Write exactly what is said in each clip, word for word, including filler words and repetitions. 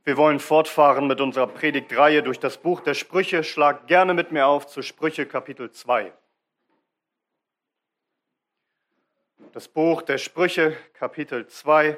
Wir wollen fortfahren mit unserer Predigtreihe durch das Buch der Sprüche. Schlag gerne mit mir auf zu Sprüche Kapitel zwei. Das Buch der Sprüche Kapitel zwei.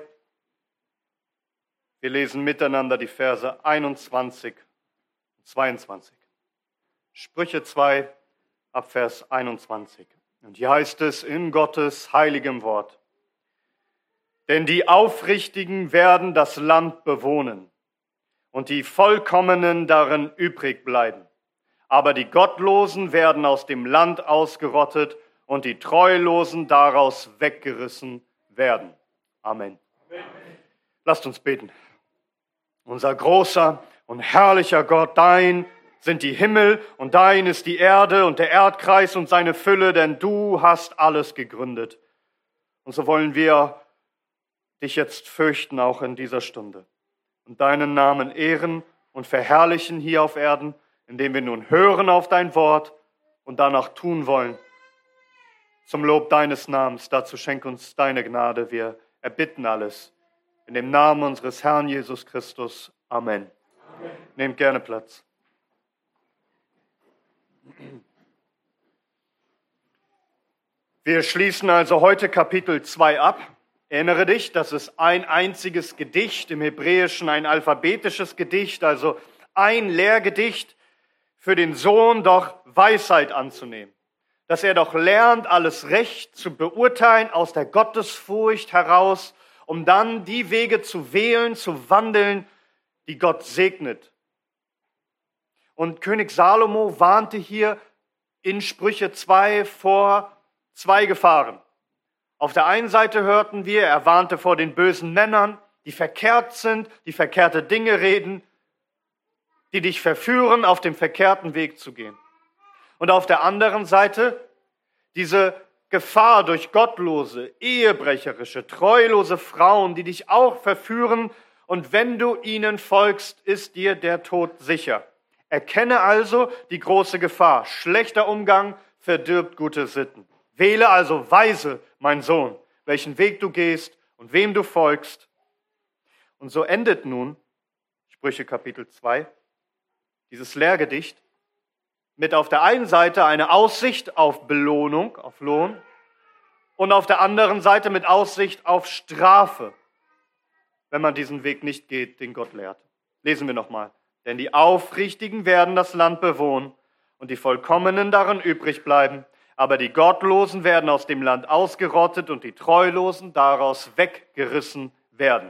Wir lesen miteinander die Verse einundzwanzig und zweiundzwanzig. Sprüche zwei ab Vers einundzwanzig. Und hier heißt es in Gottes heiligem Wort: Denn die Aufrichtigen werden das Land bewohnen und die Vollkommenen darin übrig bleiben. Aber die Gottlosen werden aus dem Land ausgerottet und die Treulosen daraus weggerissen werden. Amen. Amen. Lasst uns beten. Unser großer und herrlicher Gott, dein sind die Himmel und dein ist die Erde und der Erdkreis und seine Fülle, denn du hast alles gegründet. Und so wollen wir dich jetzt fürchten, auch in dieser Stunde, und deinen Namen ehren und verherrlichen hier auf Erden, indem wir nun hören auf dein Wort und danach tun wollen. Zum Lob deines Namens, dazu schenk uns deine Gnade. Wir erbitten alles in dem Namen unseres Herrn Jesus Christus. Amen. Amen. Nehmt gerne Platz. Wir schließen also heute Kapitel zwei ab. Erinnere dich, das ist ein einziges Gedicht, im Hebräischen ein alphabetisches Gedicht, also ein Lehrgedicht für den Sohn, doch Weisheit anzunehmen. Dass er doch lernt, alles recht zu beurteilen aus der Gottesfurcht heraus, um dann die Wege zu wählen, zu wandeln, die Gott segnet. Und König Salomo warnte hier in Sprüche zwei vor zwei Gefahren. Auf der einen Seite hörten wir, er warnte vor den bösen Männern, die verkehrt sind, die verkehrte Dinge reden, die dich verführen, auf dem verkehrten Weg zu gehen. Und auf der anderen Seite diese Gefahr durch gottlose, ehebrecherische, treulose Frauen, die dich auch verführen, und wenn du ihnen folgst, ist dir der Tod sicher. Erkenne also die große Gefahr. Schlechter Umgang verdirbt gute Sitten. Wähle also weise, mein Sohn, welchen Weg du gehst und wem du folgst. Und so endet nun Sprüche Kapitel zwei, dieses Lehrgedicht, mit auf der einen Seite eine Aussicht auf Belohnung, auf Lohn, und auf der anderen Seite mit Aussicht auf Strafe, wenn man diesen Weg nicht geht, den Gott lehrt. Lesen wir nochmal. Denn die Aufrichtigen werden das Land bewohnen und die Vollkommenen darin übrig bleiben. Aber die Gottlosen werden aus dem Land ausgerottet und die Treulosen daraus weggerissen werden.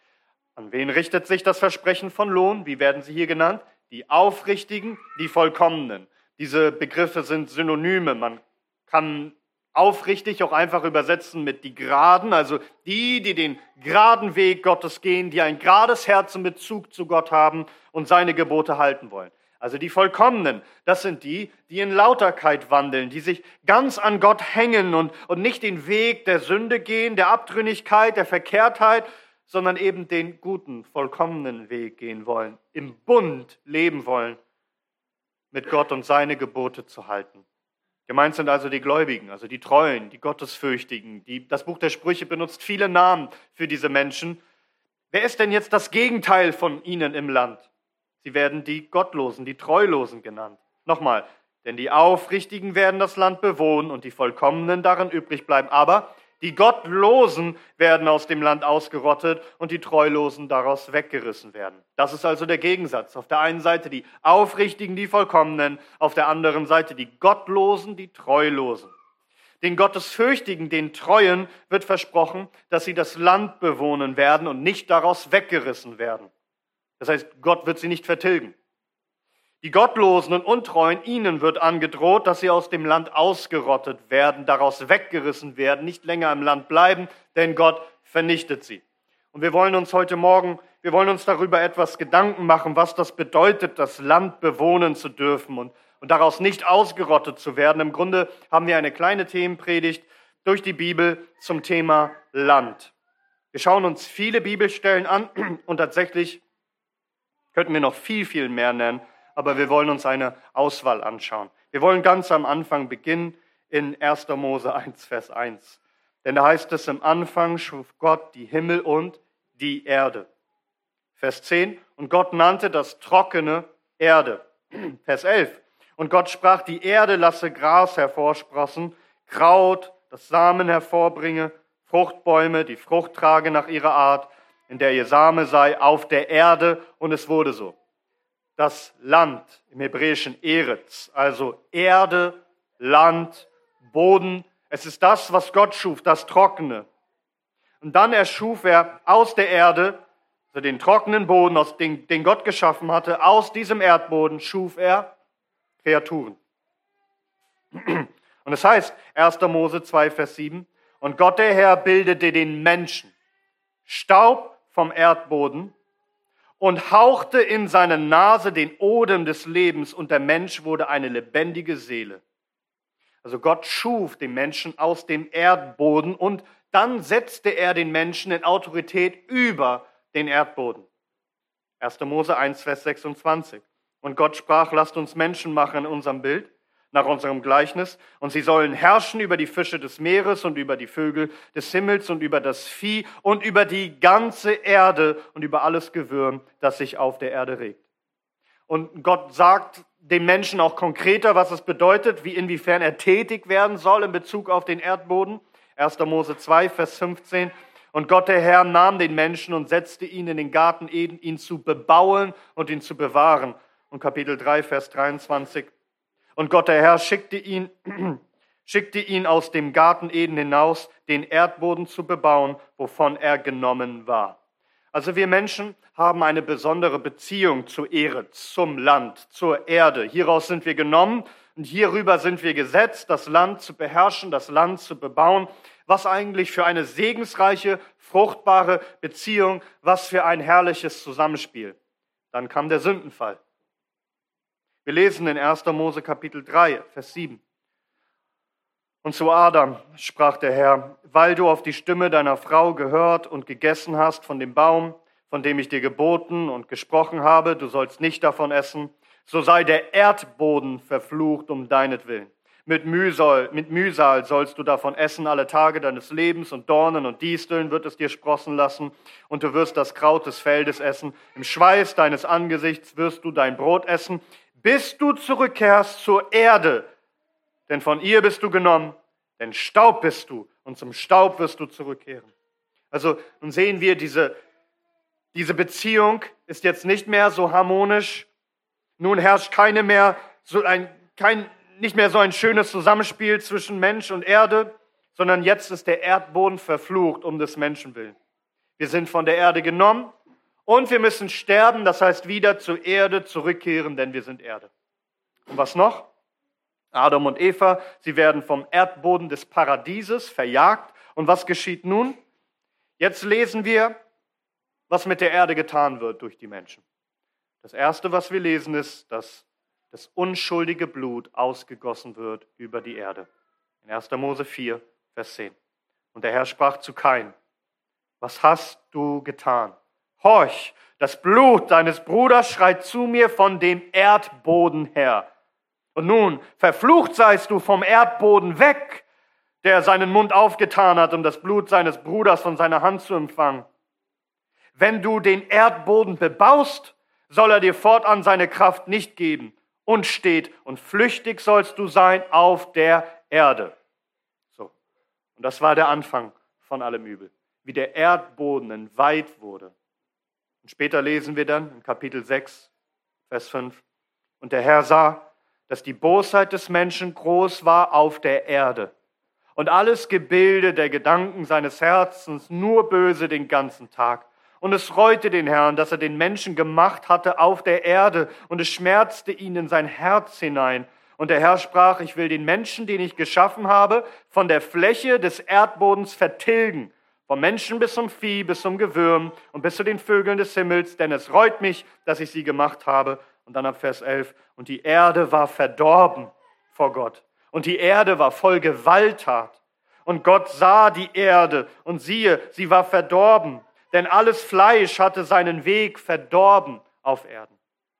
An wen richtet sich das Versprechen von Lohn? Wie werden sie hier genannt? Die Aufrichtigen, die Vollkommenen. Diese Begriffe sind Synonyme. Man kann aufrichtig auch einfach übersetzen mit die Geraden, also die, die den geraden Weg Gottes gehen, die ein gerades Herz und Bezug zu Gott haben und seine Gebote halten wollen. Also die Vollkommenen, das sind die, die in Lauterkeit wandeln, die sich ganz an Gott hängen und, und nicht den Weg der Sünde gehen, der Abtrünnigkeit, der Verkehrtheit, sondern eben den guten, vollkommenen Weg gehen wollen, im Bund leben wollen, mit Gott und seine Gebote zu halten. Gemeint sind also die Gläubigen, also die Treuen, die Gottesfürchtigen. Die, das Buch der Sprüche benutzt viele Namen für diese Menschen. Wer ist denn jetzt das Gegenteil von ihnen im Land? Sie werden die Gottlosen, die Treulosen genannt. Nochmal, denn die Aufrichtigen werden das Land bewohnen und die Vollkommenen darin übrig bleiben. Aber die Gottlosen werden aus dem Land ausgerottet und die Treulosen daraus weggerissen werden. Das ist also der Gegensatz. Auf der einen Seite die Aufrichtigen, die Vollkommenen, auf der anderen Seite die Gottlosen, die Treulosen. Den Gottesfürchtigen, den Treuen, wird versprochen, dass sie das Land bewohnen werden und nicht daraus weggerissen werden. Das heißt, Gott wird sie nicht vertilgen. Die Gottlosen und Untreuen, ihnen wird angedroht, dass sie aus dem Land ausgerottet werden, daraus weggerissen werden, nicht länger im Land bleiben, denn Gott vernichtet sie. Und wir wollen uns heute Morgen, wir wollen uns darüber etwas Gedanken machen, was das bedeutet, das Land bewohnen zu dürfen und, und daraus nicht ausgerottet zu werden. Im Grunde haben wir eine kleine Themenpredigt durch die Bibel zum Thema Land. Wir schauen uns viele Bibelstellen an und tatsächlich könnten wir noch viel, viel mehr nennen, aber wir wollen uns eine Auswahl anschauen. Wir wollen ganz am Anfang beginnen in erster Mose eins, Vers eins. Denn da heißt es, im Anfang schuf Gott die Himmel und die Erde. Vers zehn, und Gott nannte das trockene Erde. Vers elf, und Gott sprach, die Erde lasse Gras hervorsprossen, Kraut, das Samen hervorbringe, Fruchtbäume, die Frucht trage nach ihrer Art, in der ihr Same sei, auf der Erde, und es wurde so. Das Land, im Hebräischen Eretz, also Erde, Land, Boden, es ist das, was Gott schuf, das Trockene. Und dann erschuf er aus der Erde, also den trockenen Boden, aus den, den Gott geschaffen hatte, aus diesem Erdboden schuf er Kreaturen. Und es heißt, erster Mose zwei, Vers sieben, und Gott der Herr bildete den Menschen, Staub vom Erdboden, und hauchte in seine Nase den Odem des Lebens, und der Mensch wurde eine lebendige Seele. Also Gott schuf den Menschen aus dem Erdboden und dann setzte er den Menschen in Autorität über den Erdboden. erster Mose eins, Vers sechsundzwanzig. Und Gott sprach, lasst uns Menschen machen in unserem Bild, nach unserem Gleichnis, und sie sollen herrschen über die Fische des Meeres und über die Vögel des Himmels und über das Vieh und über die ganze Erde und über alles Gewürm, das sich auf der Erde regt. Und Gott sagt dem Menschen auch konkreter, was es bedeutet, wie inwiefern er tätig werden soll in Bezug auf den Erdboden. erster Mose zwei, Vers fünfzehn. Und Gott der Herr nahm den Menschen und setzte ihn in den Garten Eden, ihn zu bebauen und ihn zu bewahren. Und Kapitel drei, Vers dreiundzwanzig. Und Gott der Herr schickte ihn, schickte ihn aus dem Garten Eden hinaus, den Erdboden zu bebauen, wovon er genommen war. Also wir Menschen haben eine besondere Beziehung zu Eretz, zum Land, zur Erde. Hieraus sind wir genommen und hierüber sind wir gesetzt, das Land zu beherrschen, das Land zu bebauen. Was eigentlich für eine segensreiche, fruchtbare Beziehung, was für ein herrliches Zusammenspiel. Dann kam der Sündenfall. Wir lesen in erster Mose Kapitel drei, Vers sieben. Und zu Adam sprach der Herr, weil du auf die Stimme deiner Frau gehört und gegessen hast von dem Baum, von dem ich dir geboten und gesprochen habe, du sollst nicht davon essen, so sei der Erdboden verflucht um deinetwillen. Mit Mühsal, mit Mühsal sollst du davon essen alle Tage deines Lebens, und Dornen und Disteln wird es dir sprossen lassen, und du wirst das Kraut des Feldes essen. Im Schweiß deines Angesichts wirst du dein Brot essen, bis du zurückkehrst zur Erde. Denn von ihr bist du genommen, denn Staub bist du, und zum Staub wirst du zurückkehren. Also nun sehen wir, diese, diese Beziehung ist jetzt nicht mehr so harmonisch. Nun herrscht keine mehr so ein, kein, nicht mehr so ein schönes Zusammenspiel zwischen Mensch und Erde, sondern jetzt ist der Erdboden verflucht um des Menschen willen. Wir sind von der Erde genommen und wir müssen sterben, das heißt wieder zur Erde zurückkehren, denn wir sind Erde. Und was noch? Adam und Eva, sie werden vom Erdboden des Paradieses verjagt. Und was geschieht nun? Jetzt lesen wir, was mit der Erde getan wird durch die Menschen. Das Erste, was wir lesen, ist, dass das unschuldige Blut ausgegossen wird über die Erde. In erster Mose vier, Vers zehn. Und der Herr sprach zu Kain, was hast du getan? Horch, das Blut deines Bruders schreit zu mir von dem Erdboden her. Und nun, verflucht seist du vom Erdboden weg, der seinen Mund aufgetan hat, um das Blut seines Bruders von seiner Hand zu empfangen. Wenn du den Erdboden bebaust, soll er dir fortan seine Kraft nicht geben. Unstet und flüchtig sollst du sein auf der Erde. So. Und das war der Anfang von allem Übel. Wie der Erdboden entweiht wurde. Und später lesen wir dann in Kapitel sechs, Vers fünf. Und der Herr sah, dass die Bosheit des Menschen groß war auf der Erde und alles Gebilde der Gedanken seines Herzens nur böse den ganzen Tag. Und es reute den Herrn, dass er den Menschen gemacht hatte auf der Erde, und es schmerzte ihn in sein Herz hinein. Und der Herr sprach, ich will den Menschen, den ich geschaffen habe, von der Fläche des Erdbodens vertilgen, vom Menschen bis zum Vieh, bis zum Gewürm und bis zu den Vögeln des Himmels, denn es reut mich, dass ich sie gemacht habe. Und dann ab Vers elf, und die Erde war verdorben vor Gott. Und die Erde war voll Gewalttat. Und Gott sah die Erde, und siehe, sie war verdorben. Denn alles Fleisch hatte seinen Weg verdorben auf Erden.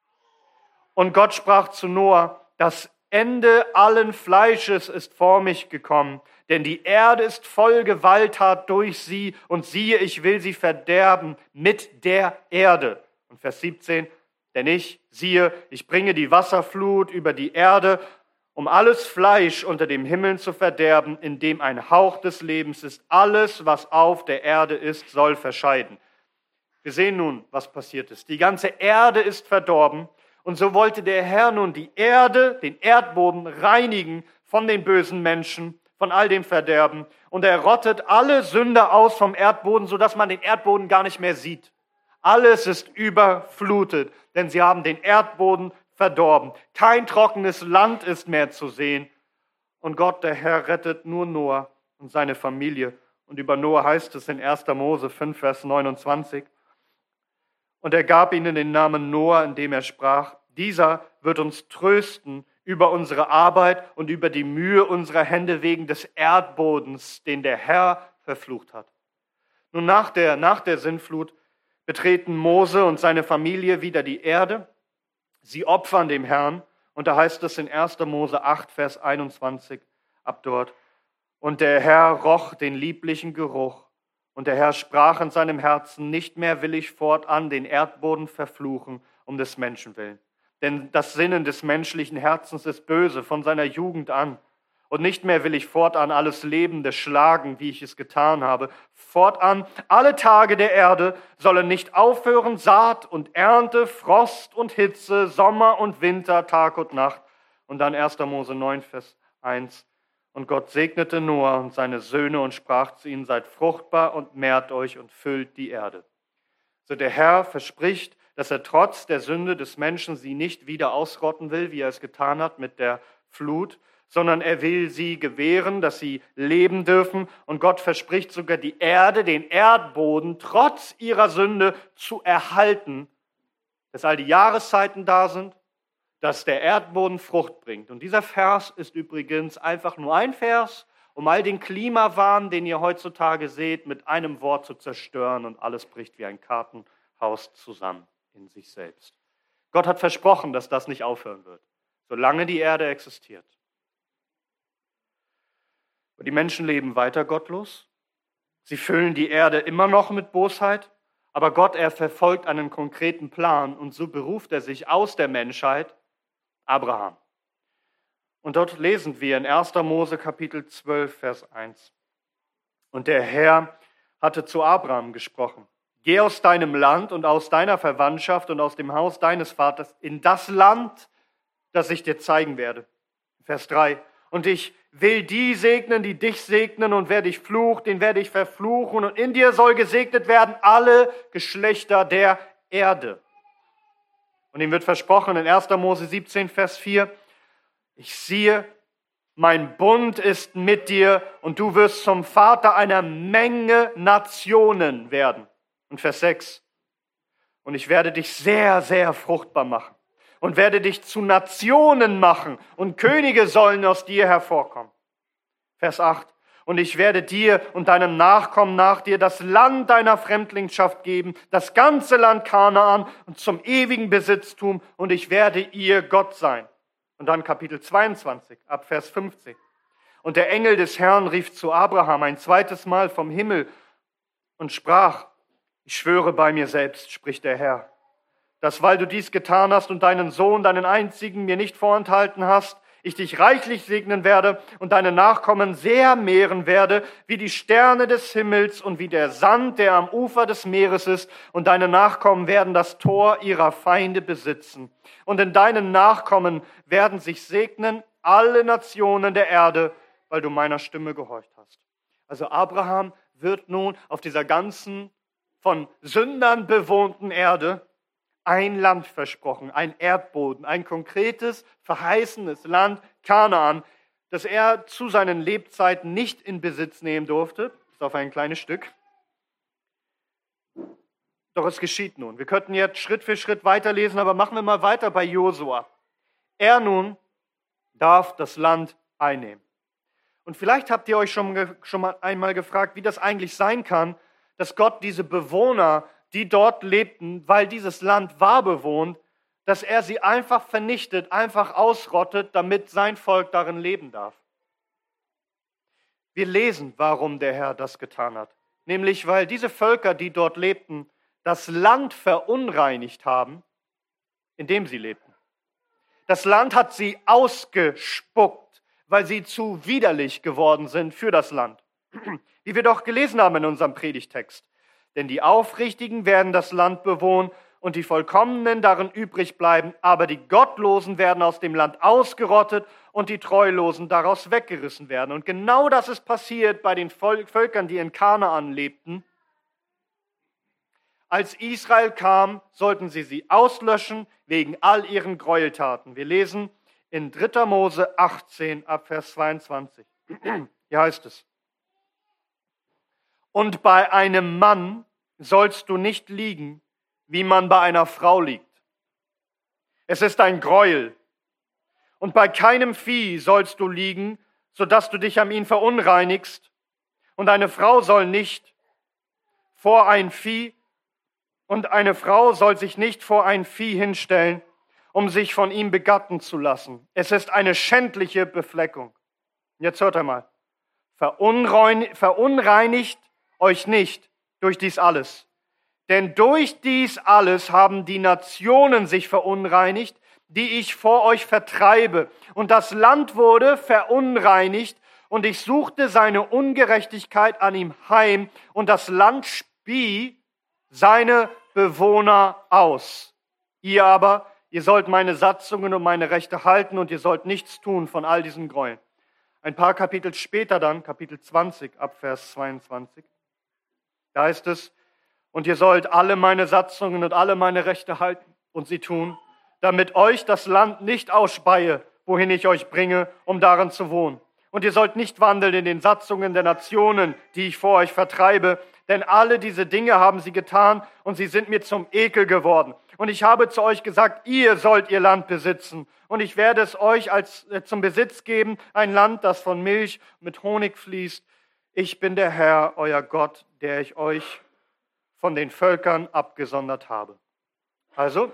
Und Gott sprach zu Noah, das Ende allen Fleisches ist vor mich gekommen. Denn die Erde ist voll Gewalttat durch sie. Und siehe, ich will sie verderben mit der Erde. Und Vers siebzehn, denn ich, siehe, ich bringe die Wasserflut über die Erde, um alles Fleisch unter dem Himmel zu verderben, in dem ein Hauch des Lebens ist. Alles, was auf der Erde ist, soll verscheiden. Wir sehen nun, was passiert ist. Die ganze Erde ist verdorben und so wollte der Herr nun die Erde, den Erdboden reinigen von den bösen Menschen, von all dem Verderben. Und er rottet alle Sünder aus vom Erdboden, sodass man den Erdboden gar nicht mehr sieht. Alles ist überflutet, denn sie haben den Erdboden verdorben. Kein trockenes Land ist mehr zu sehen. Und Gott, der Herr, rettet nur Noah und seine Familie. Und über Noah heißt es in erster Mose fünf, Vers neunundzwanzig. Und er gab ihnen den Namen Noah, indem er sprach, dieser wird uns trösten über unsere Arbeit und über die Mühe unserer Hände wegen des Erdbodens, den der Herr verflucht hat. Nun nach der, nach der Sintflut betreten Mose und seine Familie wieder die Erde. Sie opfern dem Herrn. Und da heißt es in erster Mose acht, Vers einundzwanzig, ab dort. Und der Herr roch den lieblichen Geruch. Und der Herr sprach in seinem Herzen, nicht mehr will ich fortan den Erdboden verfluchen, um des Menschen willen. Denn das Sinnen des menschlichen Herzens ist böse von seiner Jugend an. Und nicht mehr will ich fortan alles Lebende schlagen, wie ich es getan habe. Fortan, alle Tage der Erde sollen nicht aufhören, Saat und Ernte, Frost und Hitze, Sommer und Winter, Tag und Nacht. Und dann erster Mose neun, Vers eins. Und Gott segnete Noah und seine Söhne und sprach zu ihnen, seid fruchtbar und mehrt euch und füllt die Erde. So der Herr verspricht, dass er trotz der Sünde des Menschen sie nicht wieder ausrotten will, wie er es getan hat mit der Flut, sondern er will sie gewähren, dass sie leben dürfen. Und Gott verspricht sogar die Erde, den Erdboden, trotz ihrer Sünde zu erhalten, dass all die Jahreszeiten da sind, dass der Erdboden Frucht bringt. Und dieser Vers ist übrigens einfach nur ein Vers, um all den Klimawahn, den ihr heutzutage seht, mit einem Wort zu zerstören und alles bricht wie ein Kartenhaus zusammen in sich selbst. Gott hat versprochen, dass das nicht aufhören wird, solange die Erde existiert. Und die Menschen leben weiter gottlos. Sie füllen die Erde immer noch mit Bosheit, aber Gott, er verfolgt einen konkreten Plan und so beruft er sich aus der Menschheit Abraham. Und dort lesen wir in erster Mose Kapitel zwölf, Vers eins. Und der Herr hatte zu Abraham gesprochen, geh aus deinem Land und aus deiner Verwandtschaft und aus dem Haus deines Vaters in das Land, das ich dir zeigen werde. Vers drei. Und ich will die segnen, die dich segnen, und wer dich flucht, den werde ich verfluchen. Und in dir soll gesegnet werden alle Geschlechter der Erde. Und ihm wird versprochen in erster Mose siebzehn, Vers vier, ich siehe, mein Bund ist mit dir und du wirst zum Vater einer Menge Nationen werden. Und Vers sechs, und ich werde dich sehr, sehr fruchtbar machen und werde dich zu Nationen machen und Könige sollen aus dir hervorkommen. Vers acht, und ich werde dir und deinem Nachkommen nach dir das Land deiner Fremdlingschaft geben, das ganze Land Kanaan und zum ewigen Besitztum, und ich werde ihr Gott sein. Und dann Kapitel zweiundzwanzig, ab Vers fünfzehn. Und der Engel des Herrn rief zu Abraham ein zweites Mal vom Himmel und sprach, ich schwöre bei mir selbst, spricht der Herr, dass weil du dies getan hast und deinen Sohn, deinen einzigen, mir nicht vorenthalten hast, ich dich reichlich segnen werde und deine Nachkommen sehr mehren werde, wie die Sterne des Himmels und wie der Sand, der am Ufer des Meeres ist. Und deine Nachkommen werden das Tor ihrer Feinde besitzen. Und in deinen Nachkommen werden sich segnen alle Nationen der Erde, weil du meiner Stimme gehorcht hast. Also Abraham wird nun auf dieser ganzen von Sündern bewohnten Erde ein Land versprochen, ein Erdboden, ein konkretes, verheißenes Land, Kanaan, das er zu seinen Lebzeiten nicht in Besitz nehmen durfte, bis auf ein kleines Stück. Doch es geschieht nun. Wir könnten jetzt Schritt für Schritt weiterlesen, aber machen wir mal weiter bei Josua. Er nun darf das Land einnehmen. Und vielleicht habt ihr euch schon, schon mal einmal gefragt, wie das eigentlich sein kann, dass Gott diese Bewohner, die dort lebten, weil dieses Land war bewohnt, dass er sie einfach vernichtet, einfach ausrottet, damit sein Volk darin leben darf. Wir lesen, warum der Herr das getan hat. Nämlich, weil diese Völker, die dort lebten, das Land verunreinigt haben, in dem sie lebten. Das Land hat sie ausgespuckt, weil sie zu widerlich geworden sind für das Land. Wie wir doch gelesen haben in unserem Predigtext. Denn die Aufrichtigen werden das Land bewohnen und die Vollkommenen darin übrig bleiben, aber die Gottlosen werden aus dem Land ausgerottet und die Treulosen daraus weggerissen werden. Und genau das ist passiert bei den Völkern, die in Kanaan lebten. Als Israel kam, sollten sie sie auslöschen wegen all ihren Gräueltaten. Wir lesen in dritter Mose achtzehn, ab Vers zweiundzwanzig. Hier heißt es: Und bei einem Mann sollst du nicht liegen, wie man bei einer Frau liegt. Es ist ein Gräuel. Und bei keinem Vieh sollst du liegen, sodass du dich an ihn verunreinigst. Und eine Frau soll nicht vor ein Vieh, und eine Frau soll sich nicht vor ein Vieh hinstellen, um sich von ihm begatten zu lassen. Es ist eine schändliche Befleckung. Jetzt hört einmal. Verunreinigt euch nicht durch dies alles. Denn durch dies alles haben die Nationen sich verunreinigt, die ich vor euch vertreibe. Und das Land wurde verunreinigt, und ich suchte seine Ungerechtigkeit an ihm heim, und das Land spie seine Bewohner aus. Ihr aber, ihr sollt meine Satzungen und meine Rechte halten, und ihr sollt nichts tun von all diesen Gräueln. Ein paar Kapitel später dann, Kapitel zwanzig, ab Vers zweiundzwanzig, da heißt es: Und ihr sollt alle meine Satzungen und alle meine Rechte halten und sie tun, damit euch das Land nicht ausspeie, wohin ich euch bringe, um darin zu wohnen. Und ihr sollt nicht wandeln in den Satzungen der Nationen, die ich vor euch vertreibe, denn alle diese Dinge haben sie getan und sie sind mir zum Ekel geworden. Und ich habe zu euch gesagt, ihr sollt ihr Land besitzen. Und ich werde es euch als äh, zum Besitz geben, ein Land, das von Milch mit Honig fließt. Ich bin der Herr, euer Gott, der ich euch von den Völkern abgesondert habe. Also,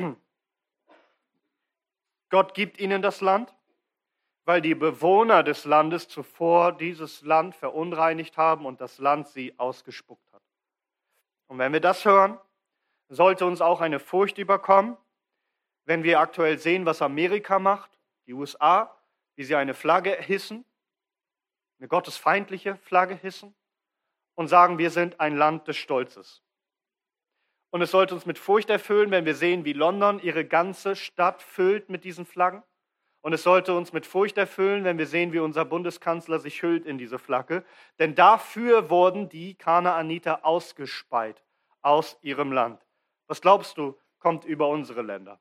Gott gibt ihnen das Land, weil die Bewohner des Landes zuvor dieses Land verunreinigt haben und das Land sie ausgespuckt hat. Und wenn wir das hören, sollte uns auch eine Furcht überkommen, wenn wir aktuell sehen, was Amerika macht, die U S A, wie sie eine Flagge hissen, eine gottesfeindliche Flagge hissen und sagen, wir sind ein Land des Stolzes. Und es sollte uns mit Furcht erfüllen, wenn wir sehen, wie London ihre ganze Stadt füllt mit diesen Flaggen. Und es sollte uns mit Furcht erfüllen, wenn wir sehen, wie unser Bundeskanzler sich hüllt in diese Flagge. Denn dafür wurden die Kanaaniter ausgespeit aus ihrem Land. Was glaubst du, kommt über unsere Länder?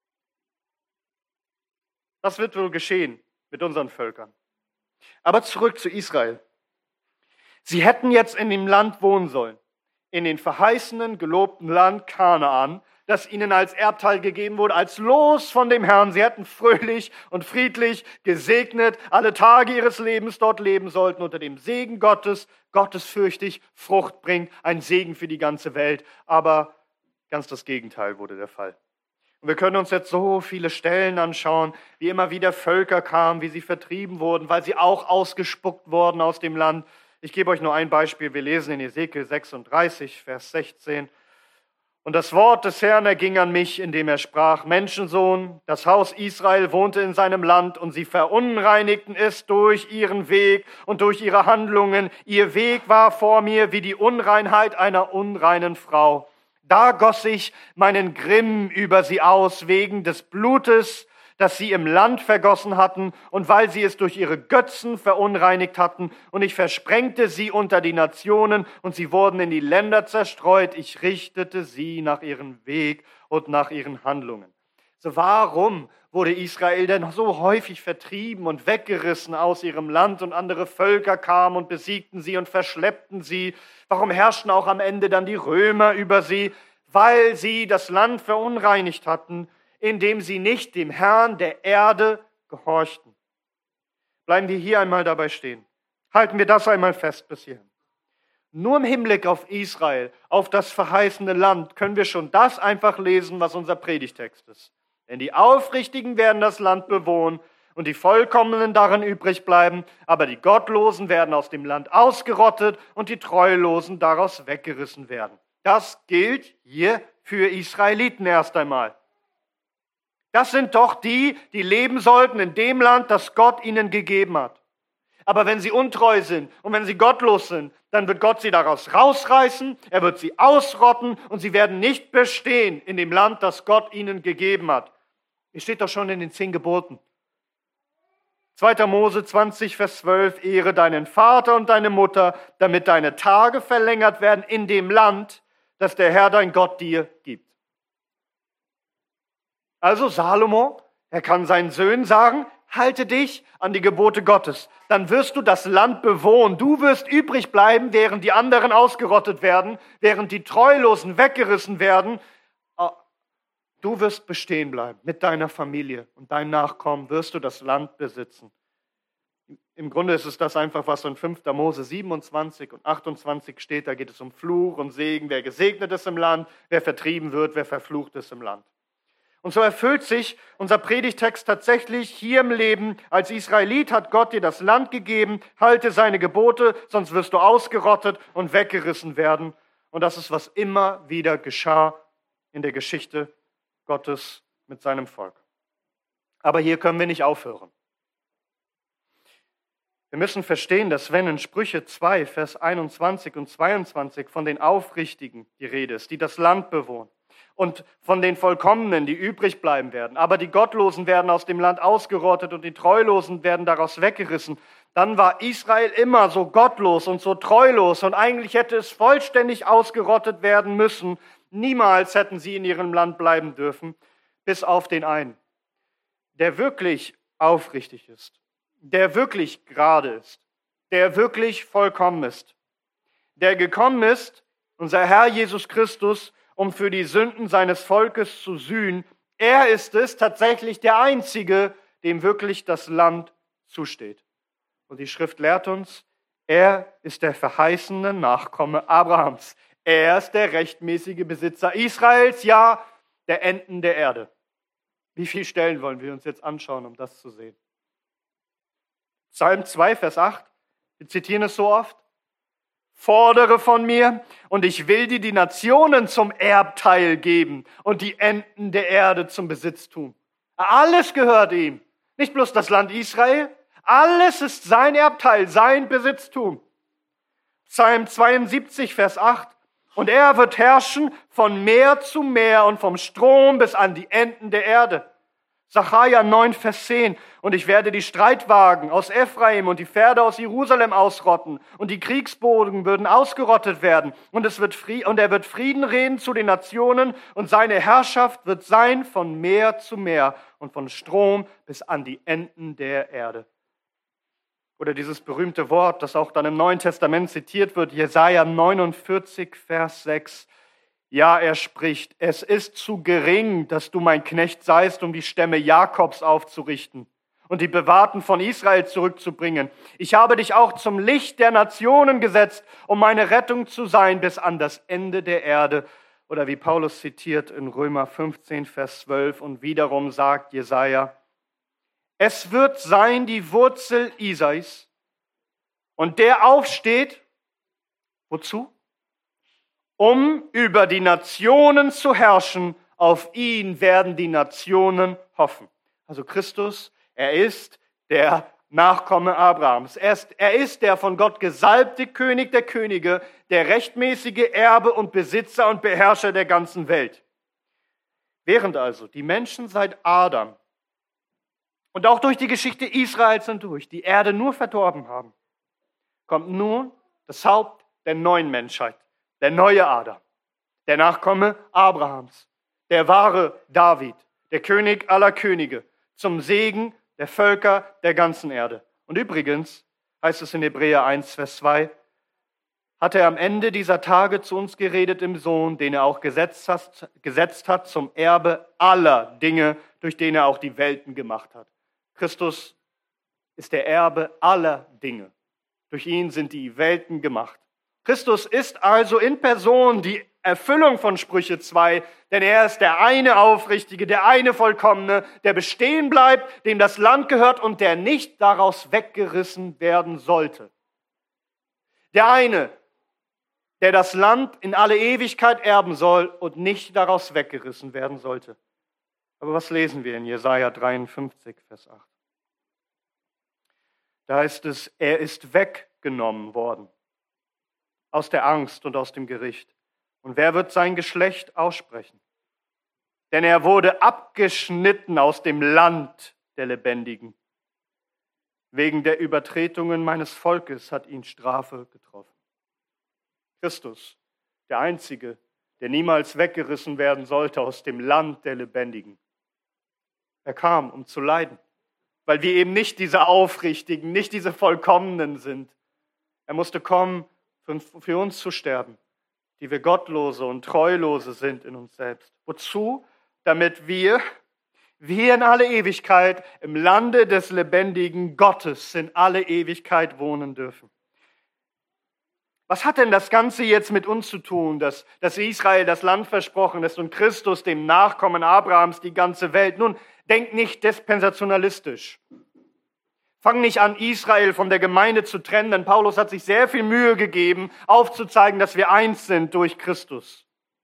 Was wird wohl geschehen mit unseren Völkern? Aber zurück zu Israel. Sie hätten jetzt in dem Land wohnen sollen, in den verheißenen, gelobten Land Kanaan, das ihnen als Erbteil gegeben wurde, als Los von dem Herrn. Sie hätten fröhlich und friedlich, gesegnet, alle Tage ihres Lebens dort leben sollten, unter dem Segen Gottes, gottesfürchtig, Frucht bringt, ein Segen für die ganze Welt. Aber ganz das Gegenteil wurde der Fall. Und wir können uns jetzt so viele Stellen anschauen, wie immer wieder Völker kamen, wie sie vertrieben wurden, weil sie auch ausgespuckt wurden aus dem Land. Ich gebe euch nur ein Beispiel. Wir lesen in Ezekiel sechsunddreißig, Vers sechzehn. Und das Wort des Herrn erging an mich, indem er sprach: Menschensohn, das Haus Israel wohnte in seinem Land und sie verunreinigten es durch ihren Weg und durch ihre Handlungen. Ihr Weg war vor mir wie die Unreinheit einer unreinen Frau. Da goss ich meinen Grimm über sie aus, wegen des Blutes, das sie im Land vergossen hatten und weil sie es durch ihre Götzen verunreinigt hatten. Und ich versprengte sie unter die Nationen und sie wurden in die Länder zerstreut. Ich richtete sie nach ihrem Weg und nach ihren Handlungen. So, warum wurde Israel denn so häufig vertrieben und weggerissen aus ihrem Land und andere Völker kamen und besiegten sie und verschleppten sie? Warum herrschten auch am Ende dann die Römer über sie? Weil sie das Land verunreinigt hatten, indem sie nicht dem Herrn der Erde gehorchten. Bleiben wir hier einmal dabei stehen. Halten wir das einmal fest bis hierhin. Nur im Hinblick auf Israel, auf das verheißene Land, können wir schon das einfach lesen, was unser Predigtext ist. Denn die Aufrichtigen werden das Land bewohnen und die Vollkommenen darin übrig bleiben, aber die Gottlosen werden aus dem Land ausgerottet und die Treulosen daraus weggerissen werden. Das gilt hier für Israeliten erst einmal. Das sind doch die, die leben sollten in dem Land, das Gott ihnen gegeben hat. Aber wenn sie untreu sind und wenn sie gottlos sind, dann wird Gott sie daraus rausreißen, er wird sie ausrotten und sie werden nicht bestehen in dem Land, das Gott ihnen gegeben hat. Es steht doch schon in den zehn Geboten. zweiter Mose zwanzig, Vers zwölf, ehre deinen Vater und deine Mutter, damit deine Tage verlängert werden in dem Land, das der Herr dein Gott dir gibt. Also Salomo, er kann seinen Söhnen sagen, halte dich an die Gebote Gottes. Dann wirst du das Land bewohnen. Du wirst übrig bleiben, während die anderen ausgerottet werden, während die Treulosen weggerissen werden. Du wirst bestehen bleiben mit deiner Familie und deinem Nachkommen wirst du das Land besitzen. Im Grunde ist es das einfach, was in fünfter Mose siebenundzwanzig und achtundzwanzig steht. Da geht es um Fluch und Segen, wer gesegnet ist im Land, wer vertrieben wird, wer verflucht ist im Land. Und so erfüllt sich unser Predigtext tatsächlich hier im Leben. Als Israelit hat Gott dir das Land gegeben, halte seine Gebote, sonst wirst du ausgerottet und weggerissen werden. Und das ist, was immer wieder geschah in der Geschichte Gottes mit seinem Volk. Aber hier können wir nicht aufhören. Wir müssen verstehen, dass wenn in Sprüche zwei, Vers einundzwanzig und zweiundzwanzig von den Aufrichtigen die Rede ist, die das Land bewohnen, und von den Vollkommenen, die übrig bleiben werden, aber die Gottlosen werden aus dem Land ausgerottet und die Treulosen werden daraus weggerissen, dann war Israel immer so gottlos und so treulos und eigentlich hätte es vollständig ausgerottet werden müssen. Niemals hätten sie in ihrem Land bleiben dürfen, bis auf den einen, der wirklich aufrichtig ist, der wirklich gerade ist, der wirklich vollkommen ist, der gekommen ist, unser Herr Jesus Christus, um für die Sünden seines Volkes zu sühnen. Er ist es tatsächlich der Einzige, dem wirklich das Land zusteht. Und die Schrift lehrt uns, er ist der verheißene Nachkomme Abrahams. Er ist der rechtmäßige Besitzer Israels, ja, der Enden der Erde. Wie viele Stellen wollen wir uns jetzt anschauen, um das zu sehen? Psalm zwei, Vers acht, wir zitieren es so oft. Fordere von mir und ich will dir die Nationen zum Erbteil geben und die Enden der Erde zum Besitztum. Alles gehört ihm. Nicht bloß das Land Israel, alles ist sein Erbteil, sein Besitztum. Psalm zweiundsiebzig, Vers acht. Und er wird herrschen von Meer zu Meer und vom Strom bis an die Enden der Erde. Sacharja neun, Vers zehn. Und ich werde die Streitwagen aus Ephraim und die Pferde aus Jerusalem ausrotten. Und die Kriegsbogen würden ausgerottet werden. Und, es wird Fried- und er wird Frieden reden zu den Nationen. Und seine Herrschaft wird sein von Meer zu Meer und von Strom bis an die Enden der Erde. Oder dieses berühmte Wort, das auch dann im Neuen Testament zitiert wird, Jesaja neunundvierzig, Vers sechs. Ja, er spricht, es ist zu gering, dass du mein Knecht seist, um die Stämme Jakobs aufzurichten und die Bewahrten von Israel zurückzubringen. Ich habe dich auch zum Licht der Nationen gesetzt, um meine Rettung zu sein bis an das Ende der Erde. Oder wie Paulus zitiert in Römer fünfzehn, Vers zwölf und wiederum sagt Jesaja, es wird sein die Wurzel Isais und der aufsteht, wozu? Um über die Nationen zu herrschen, auf ihn werden die Nationen hoffen. Also Christus, er ist der Nachkomme Abrahams. Er ist, er ist der von Gott gesalbte König der Könige, der rechtmäßige Erbe und Besitzer und Beherrscher der ganzen Welt. Während also die Menschen seit Adam und auch durch die Geschichte Israels hindurch die Erde nur verdorben haben, kommt nun das Haupt der neuen Menschheit. Der neue Adam, der Nachkomme Abrahams, der wahre David, der König aller Könige, zum Segen der Völker der ganzen Erde. Und übrigens heißt es in Hebräer eins, Vers zwei, hat er am Ende dieser Tage zu uns geredet im Sohn, den er auch gesetzt hat, gesetzt hat zum Erbe aller Dinge, durch den er auch die Welten gemacht hat. Christus ist der Erbe aller Dinge. Durch ihn sind die Welten gemacht. Christus ist also in Person die Erfüllung von Sprüche zwei, denn er ist der eine Aufrichtige, der eine Vollkommene, der bestehen bleibt, dem das Land gehört und der nicht daraus weggerissen werden sollte. Der eine, der das Land in alle Ewigkeit erben soll und nicht daraus weggerissen werden sollte. Aber was lesen wir in Jesaja dreiundfünfzig, Vers acht? Da heißt es, er ist weggenommen worden aus der Angst und aus dem Gericht. Und wer wird sein Geschlecht aussprechen? Denn er wurde abgeschnitten aus dem Land der Lebendigen. Wegen der Übertretungen meines Volkes hat ihn Strafe getroffen. Christus, der Einzige, der niemals weggerissen werden sollte aus dem Land der Lebendigen. Er kam, um zu leiden, weil wir eben nicht diese Aufrichtigen, nicht diese Vollkommenen sind. Er musste kommen, für uns zu sterben, die wir Gottlose und Treulose sind in uns selbst. Wozu? Damit wir, wir in alle Ewigkeit im Lande des lebendigen Gottes in alle Ewigkeit wohnen dürfen. Was hat denn das Ganze jetzt mit uns zu tun, dass, dass Israel das Land versprochen ist und Christus, dem Nachkommen Abrahams, die ganze Welt? Nun, denk nicht dispensationalistisch. Fang nicht an, Israel von der Gemeinde zu trennen, denn Paulus hat sich sehr viel Mühe gegeben, aufzuzeigen, dass wir eins sind durch Christus.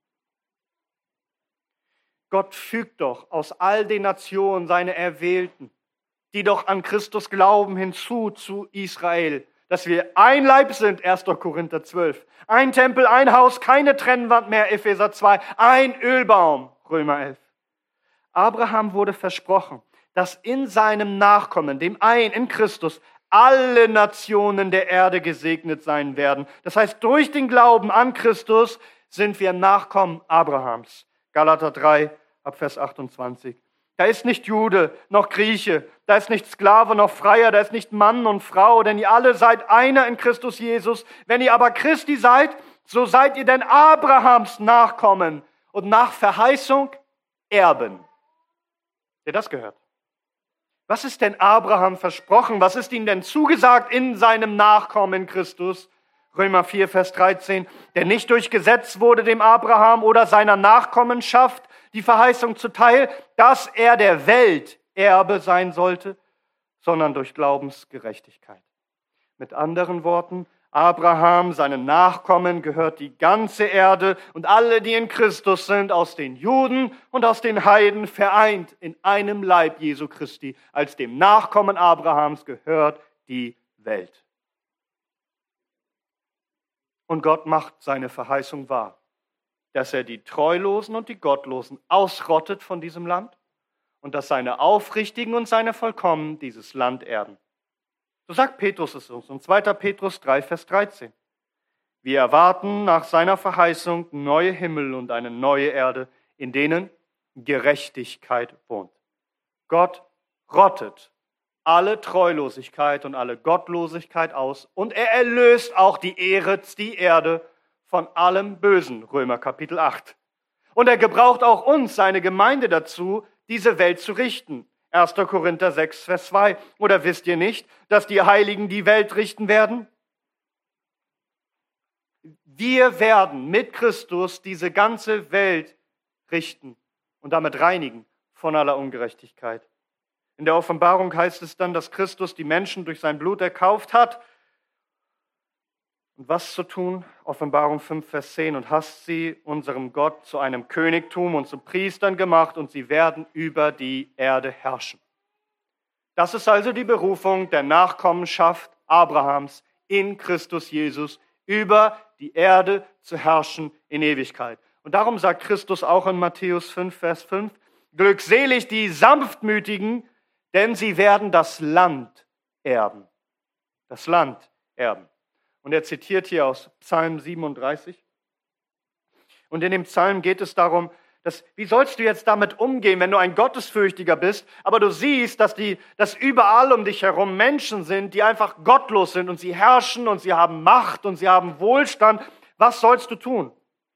Gott fügt doch aus all den Nationen seine Erwählten, die doch an Christus glauben, hinzu zu Israel, dass wir ein Leib sind, erster Korinther zwölf, ein Tempel, ein Haus, keine Trennwand mehr, Epheser zwei, ein Ölbaum, Römer elf. Abraham wurde versprochen, dass in seinem Nachkommen, dem einen in Christus, alle Nationen der Erde gesegnet sein werden. Das heißt, durch den Glauben an Christus sind wir Nachkommen Abrahams. Galater drei, ab Vers achtundzwanzig. Da ist nicht Jude noch Grieche, da ist nicht Sklave noch Freier, da ist nicht Mann und Frau, denn ihr alle seid einer in Christus Jesus. Wenn ihr aber Christi seid, so seid ihr denn Abrahams Nachkommen und nach Verheißung Erben. Habt ihr das gehört? Was ist denn Abraham versprochen? Was ist ihm denn zugesagt in seinem Nachkommen Christus? Römer vier, Vers dreizehn. Der nicht durch Gesetz wurde dem Abraham oder seiner Nachkommenschaft die Verheißung zuteil, dass er der Welt Erbe sein sollte, sondern durch Glaubensgerechtigkeit. Mit anderen Worten, Abraham, seinen Nachkommen gehört die ganze Erde und alle, die in Christus sind, aus den Juden und aus den Heiden vereint in einem Leib Jesu Christi. Als dem Nachkommen Abrahams gehört die Welt. Und Gott macht seine Verheißung wahr, dass er die Treulosen und die Gottlosen ausrottet von diesem Land und dass seine Aufrichtigen und seine Vollkommenen dieses Land erben. So sagt Petrus es uns in zweiter Petrus drei, Vers dreizehn. Wir erwarten nach seiner Verheißung neue Himmel und eine neue Erde, in denen Gerechtigkeit wohnt. Gott rottet alle Treulosigkeit und alle Gottlosigkeit aus und er erlöst auch die Ehre, die Erde von allem Bösen, Römer Kapitel acht. Und er gebraucht auch uns, seine Gemeinde, dazu, diese Welt zu richten. erster Korinther sechs, Vers zwei. Oder wisst ihr nicht, dass die Heiligen die Welt richten werden? Wir werden mit Christus diese ganze Welt richten und damit reinigen von aller Ungerechtigkeit. In der Offenbarung heißt es dann, dass Christus die Menschen durch sein Blut erkauft hat. Und was zu tun? Offenbarung fünf, Vers zehn. Und hast sie unserem Gott zu einem Königtum und zu Priestern gemacht und sie werden über die Erde herrschen. Das ist also die Berufung der Nachkommenschaft Abrahams in Christus Jesus, über die Erde zu herrschen in Ewigkeit. Und darum sagt Christus auch in Matthäus fünf, Vers fünf, glückselig die Sanftmütigen, denn sie werden das Land erben. Das Land erben. Und er zitiert hier aus Psalm siebenunddreißig. Und in dem Psalm geht es darum, dass, wie sollst du jetzt damit umgehen, wenn du ein Gottesfürchtiger bist, aber du siehst, dass, die, dass überall um dich herum Menschen sind, die einfach gottlos sind und sie herrschen und sie haben Macht und sie haben Wohlstand. Was sollst du tun?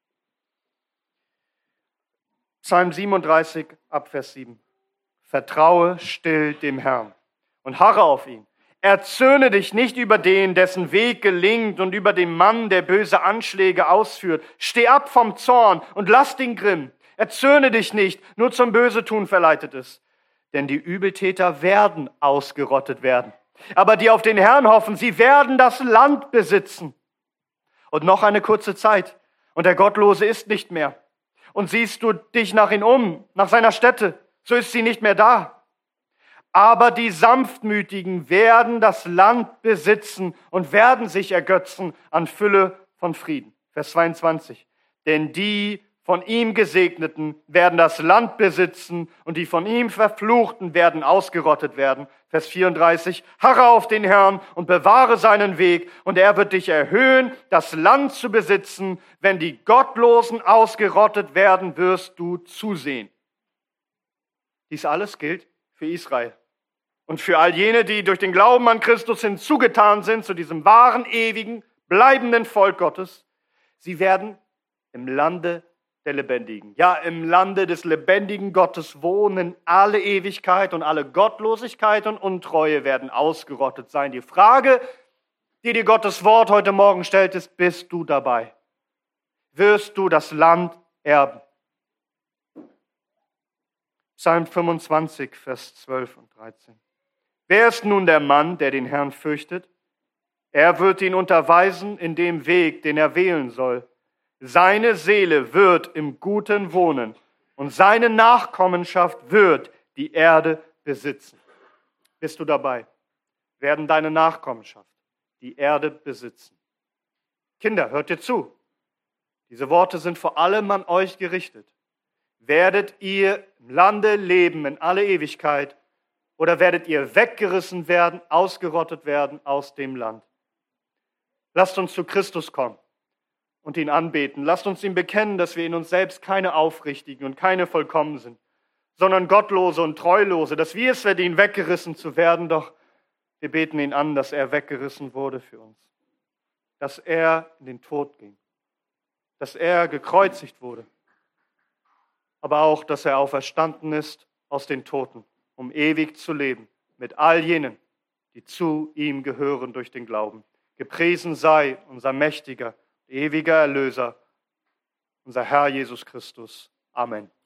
Psalm siebenunddreißig, ab Vers sieben. Vertraue still dem Herrn und harre auf ihn. Erzürne dich nicht über den, dessen Weg gelingt und über den Mann, der böse Anschläge ausführt. Steh ab vom Zorn und lass den Grimm. Erzürne dich nicht, nur zum Bösetun verleitet ist. Denn die Übeltäter werden ausgerottet werden. Aber die auf den Herrn hoffen, sie werden das Land besitzen. Und noch eine kurze Zeit und der Gottlose ist nicht mehr. Und siehst du dich nach ihm um, nach seiner Stätte, so ist sie nicht mehr da. Aber die Sanftmütigen werden das Land besitzen und werden sich ergötzen an Fülle von Frieden. Vers zweiundzwanzig. Denn die von ihm Gesegneten werden das Land besitzen und die von ihm Verfluchten werden ausgerottet werden. Vers vierunddreißig. Harre auf den Herrn und bewahre seinen Weg und er wird dich erhöhen, das Land zu besitzen. Wenn die Gottlosen ausgerottet werden, wirst du zusehen. Dies alles gilt für Israel und für all jene, die durch den Glauben an Christus hinzugetan sind zu diesem wahren, ewigen, bleibenden Volk Gottes. Sie werden im Lande der Lebendigen, ja im Lande des lebendigen Gottes wohnen. Alle Ewigkeit und alle Gottlosigkeit und Untreue werden ausgerottet sein. Die Frage, die dir Gottes Wort heute Morgen stellt, ist, bist du dabei? Wirst du das Land erben? Psalm fünfundzwanzig, Vers zwölf und dreizehn. Wer ist nun der Mann, der den Herrn fürchtet? Er wird ihn unterweisen in dem Weg, den er wählen soll. Seine Seele wird im Guten wohnen und seine Nachkommenschaft wird die Erde besitzen. Bist du dabei? Werden deine Nachkommenschaft die Erde besitzen? Kinder, hört ihr zu. Diese Worte sind vor allem an euch gerichtet. Werdet ihr im Lande leben in alle Ewigkeit oder werdet ihr weggerissen werden, ausgerottet werden aus dem Land? Lasst uns zu Christus kommen und ihn anbeten. Lasst uns ihm bekennen, dass wir in uns selbst keine Aufrichtigen und keine Vollkommen sind, sondern Gottlose und Treulose, dass wir es verdienen, weggerissen zu werden, doch wir beten ihn an, dass er weggerissen wurde für uns, dass er in den Tod ging, dass er gekreuzigt wurde, aber auch, dass er auferstanden ist aus den Toten, um ewig zu leben mit all jenen, die zu ihm gehören durch den Glauben. Gepriesen sei unser mächtiger, ewiger Erlöser, unser Herr Jesus Christus. Amen.